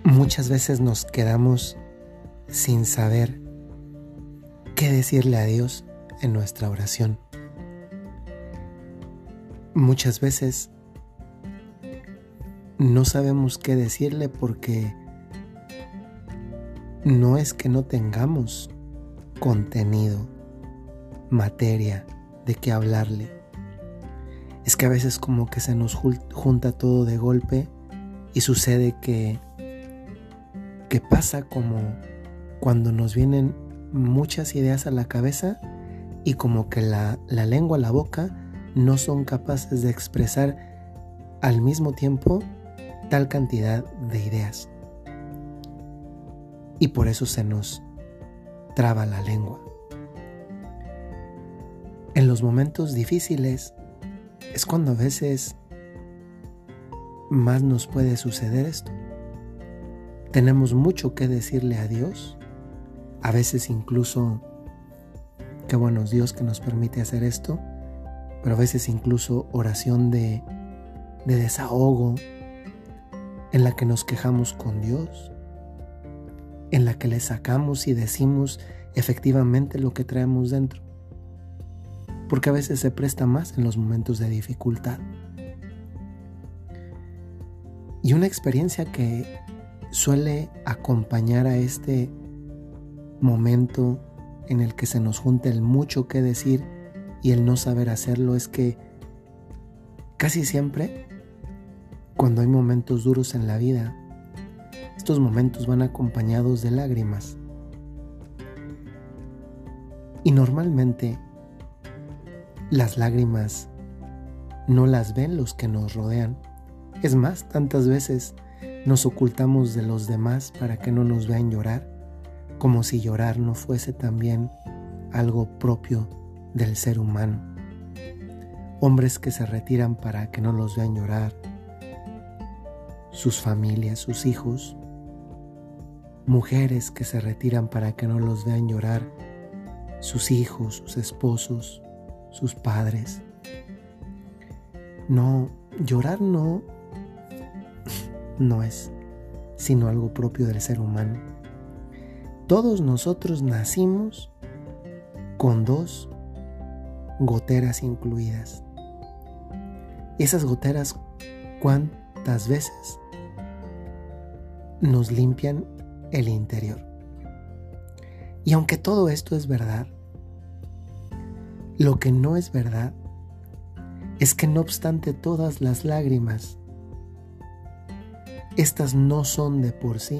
Muchas veces nos quedamos sin saber qué decirle a Dios en nuestra oración. Muchas veces no sabemos qué decirle porque no es que no tengamos contenido, materia de qué hablarle. Es que a veces como que se nos junta todo de golpe y sucede que pasa como cuando nos vienen muchas ideas a la cabeza y como que la lengua, la boca no son capaces de expresar al mismo tiempo tal cantidad de ideas. Y por eso se nos traba la lengua. En los momentos difíciles es cuando a veces más nos puede suceder esto. Tenemos mucho que decirle a Dios, a veces incluso, qué bueno es Dios que nos permite hacer esto, pero a veces incluso oración de desahogo, en la que nos quejamos con Dios, en la que le sacamos y decimos efectivamente lo que traemos dentro, porque a veces se presta más en los momentos de dificultad. Y una experiencia que suele acompañar a este momento en el que se nos junta el mucho que decir y el no saber hacerlo es que casi siempre, cuando hay momentos duros en la vida, estos momentos van acompañados de lágrimas. Y normalmente las lágrimas no las ven los que nos rodean. Es más, tantas veces nos ocultamos de los demás para que no nos vean llorar, como si llorar no fuese también algo propio del ser humano. Hombres que se retiran para que no los vean llorar, sus familias, sus hijos. Mujeres que se retiran para que no los vean llorar, sus hijos, sus esposos, sus padres. No, llorar no es sino algo propio del ser humano. Todos nosotros nacimos con 2 goteras incluidas. Esas goteras, ¿cuántas veces nos limpian el interior? Y aunque todo esto es verdad, lo que no es verdad es que no obstante todas las lágrimas, estas no son de por sí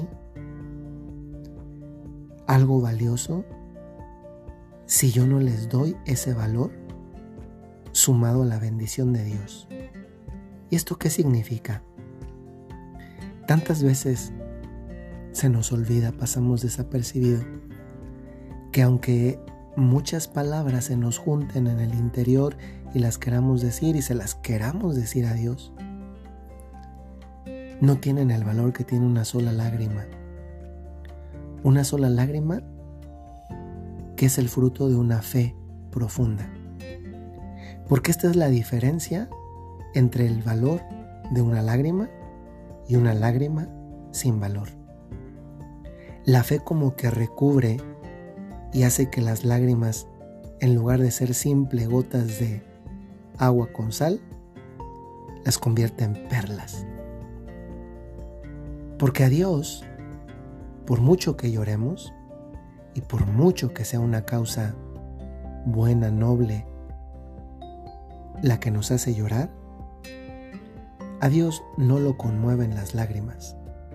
algo valioso si yo no les doy ese valor sumado a la bendición de Dios. ¿Y esto qué significa? Tantas veces se nos olvida, pasamos desapercibido, que aunque muchas palabras se nos junten en el interior y las queramos decir y se las queramos decir a Dios, no tienen el valor que tiene una sola lágrima. Una sola lágrima que es el fruto de una fe profunda. Porque esta es la diferencia entre el valor de una lágrima y una lágrima sin valor. La fe como que recubre y hace que las lágrimas, en lugar de ser simple gotas de agua con sal, las convierte en perlas. Porque a Dios, por mucho que lloremos y por mucho que sea una causa buena, noble, la que nos hace llorar, a Dios no lo conmueven las lágrimas.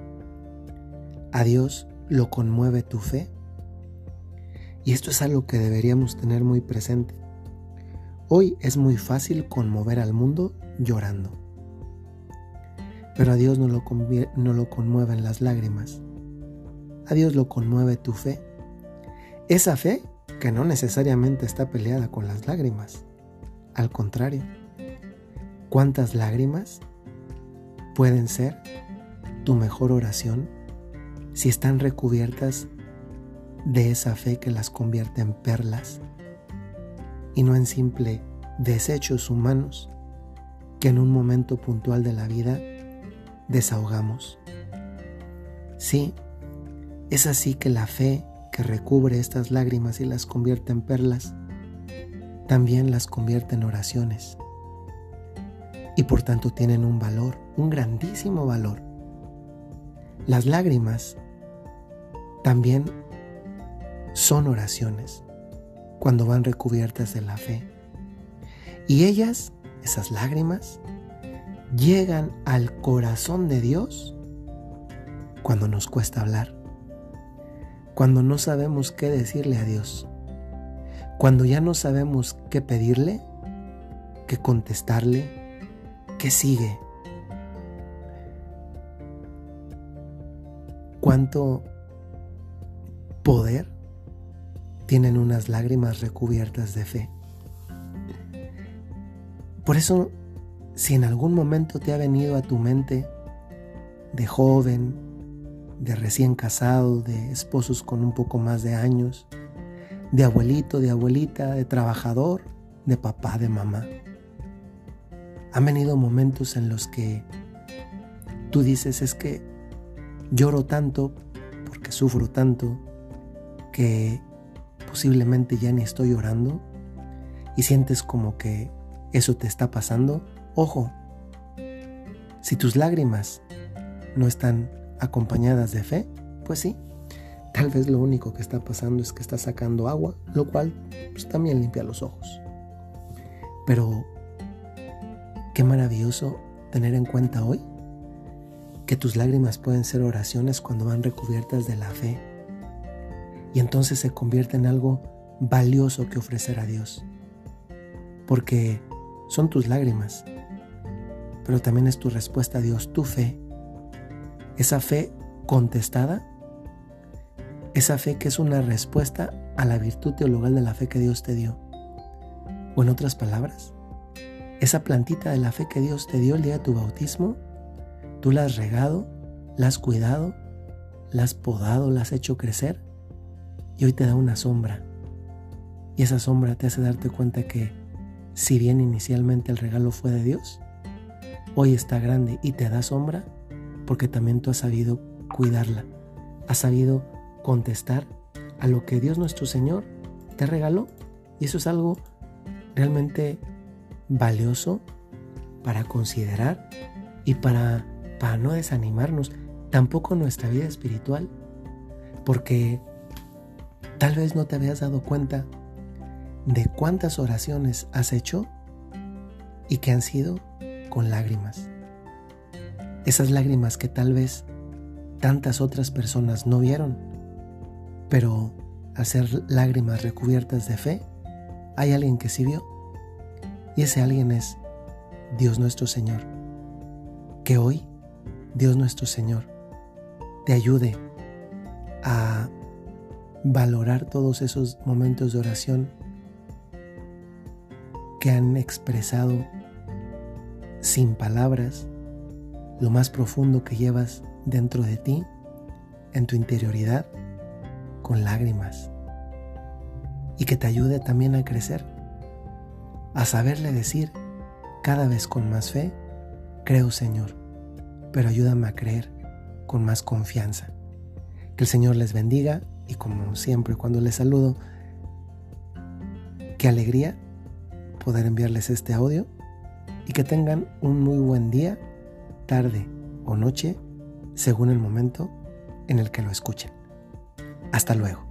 A Dios lo conmueve tu fe. Y esto es algo que deberíamos tener muy presente. Hoy es muy fácil conmover al mundo llorando. Pero a Dios no lo conmueven las lágrimas. A Dios lo conmueve tu fe. Esa fe que no necesariamente está peleada con las lágrimas. Al contrario, ¿cuántas lágrimas pueden ser tu mejor oración si están recubiertas de esa fe que las convierte en perlas y no en simple desechos humanos que en un momento puntual de la vida desahogamos? Sí, es así que la fe que recubre estas lágrimas y las convierte en perlas, también las convierte en oraciones. Y por tanto tienen un valor, un grandísimo valor. Las lágrimas también son oraciones cuando van recubiertas de la fe. Y ellas, esas lágrimas, llegan al corazón de Dios cuando nos cuesta hablar, cuando no sabemos qué decirle a Dios, cuando ya no sabemos qué pedirle, qué contestarle, qué sigue. ¿Cuánto poder tienen unas lágrimas recubiertas de fe? Por eso, si en algún momento te ha venido a tu mente, de joven, de recién casado, de esposos con un poco más de años, de abuelito, de abuelita, de trabajador, de papá, de mamá, han venido momentos en los que tú dices, es que lloro tanto porque sufro tanto que posiblemente ya ni estoy llorando, y sientes como que eso te está pasando. Ojo, si tus lágrimas no están acompañadas de fe, pues sí, tal vez lo único que está pasando es que estás sacando agua, lo cual pues, también limpia los ojos. Pero qué maravilloso tener en cuenta hoy que tus lágrimas pueden ser oraciones cuando van recubiertas de la fe, y entonces se convierte en algo valioso que ofrecer a Dios, porque son tus lágrimas, pero también es tu respuesta a Dios, tu fe, esa fe contestada, esa fe que es una respuesta a la virtud teologal de la fe que Dios te dio. O en otras palabras, esa plantita de la fe que Dios te dio el día de tu bautismo, tú la has regado, la has cuidado, la has podado, la has hecho crecer, y hoy te da una sombra. Y esa sombra te hace darte cuenta que, si bien inicialmente el regalo fue de Dios, hoy está grande y te da sombra porque también tú has sabido cuidarla, has sabido contestar a lo que Dios nuestro Señor te regaló. Y eso es algo realmente valioso para considerar y para no desanimarnos tampoco en nuestra vida espiritual, porque tal vez no te habías dado cuenta de cuántas oraciones has hecho y que han sido con lágrimas. Esas lágrimas que tal vez tantas otras personas no vieron, pero al ser lágrimas recubiertas de fe, hay alguien que sí vio, y ese alguien es Dios nuestro Señor. Que hoy Dios nuestro Señor te ayude a valorar todos esos momentos de oración que han expresado sin palabras lo más profundo que llevas dentro de ti, en tu interioridad, con lágrimas, y que te ayude también a crecer, a saberle decir cada vez con más fe, creo Señor, pero ayúdame a creer con más confianza. Que el Señor les bendiga, y como siempre cuando les saludo, qué alegría poder enviarles este audio, y que tengan un muy buen día, tarde o noche, según el momento en el que lo escuchen. Hasta luego.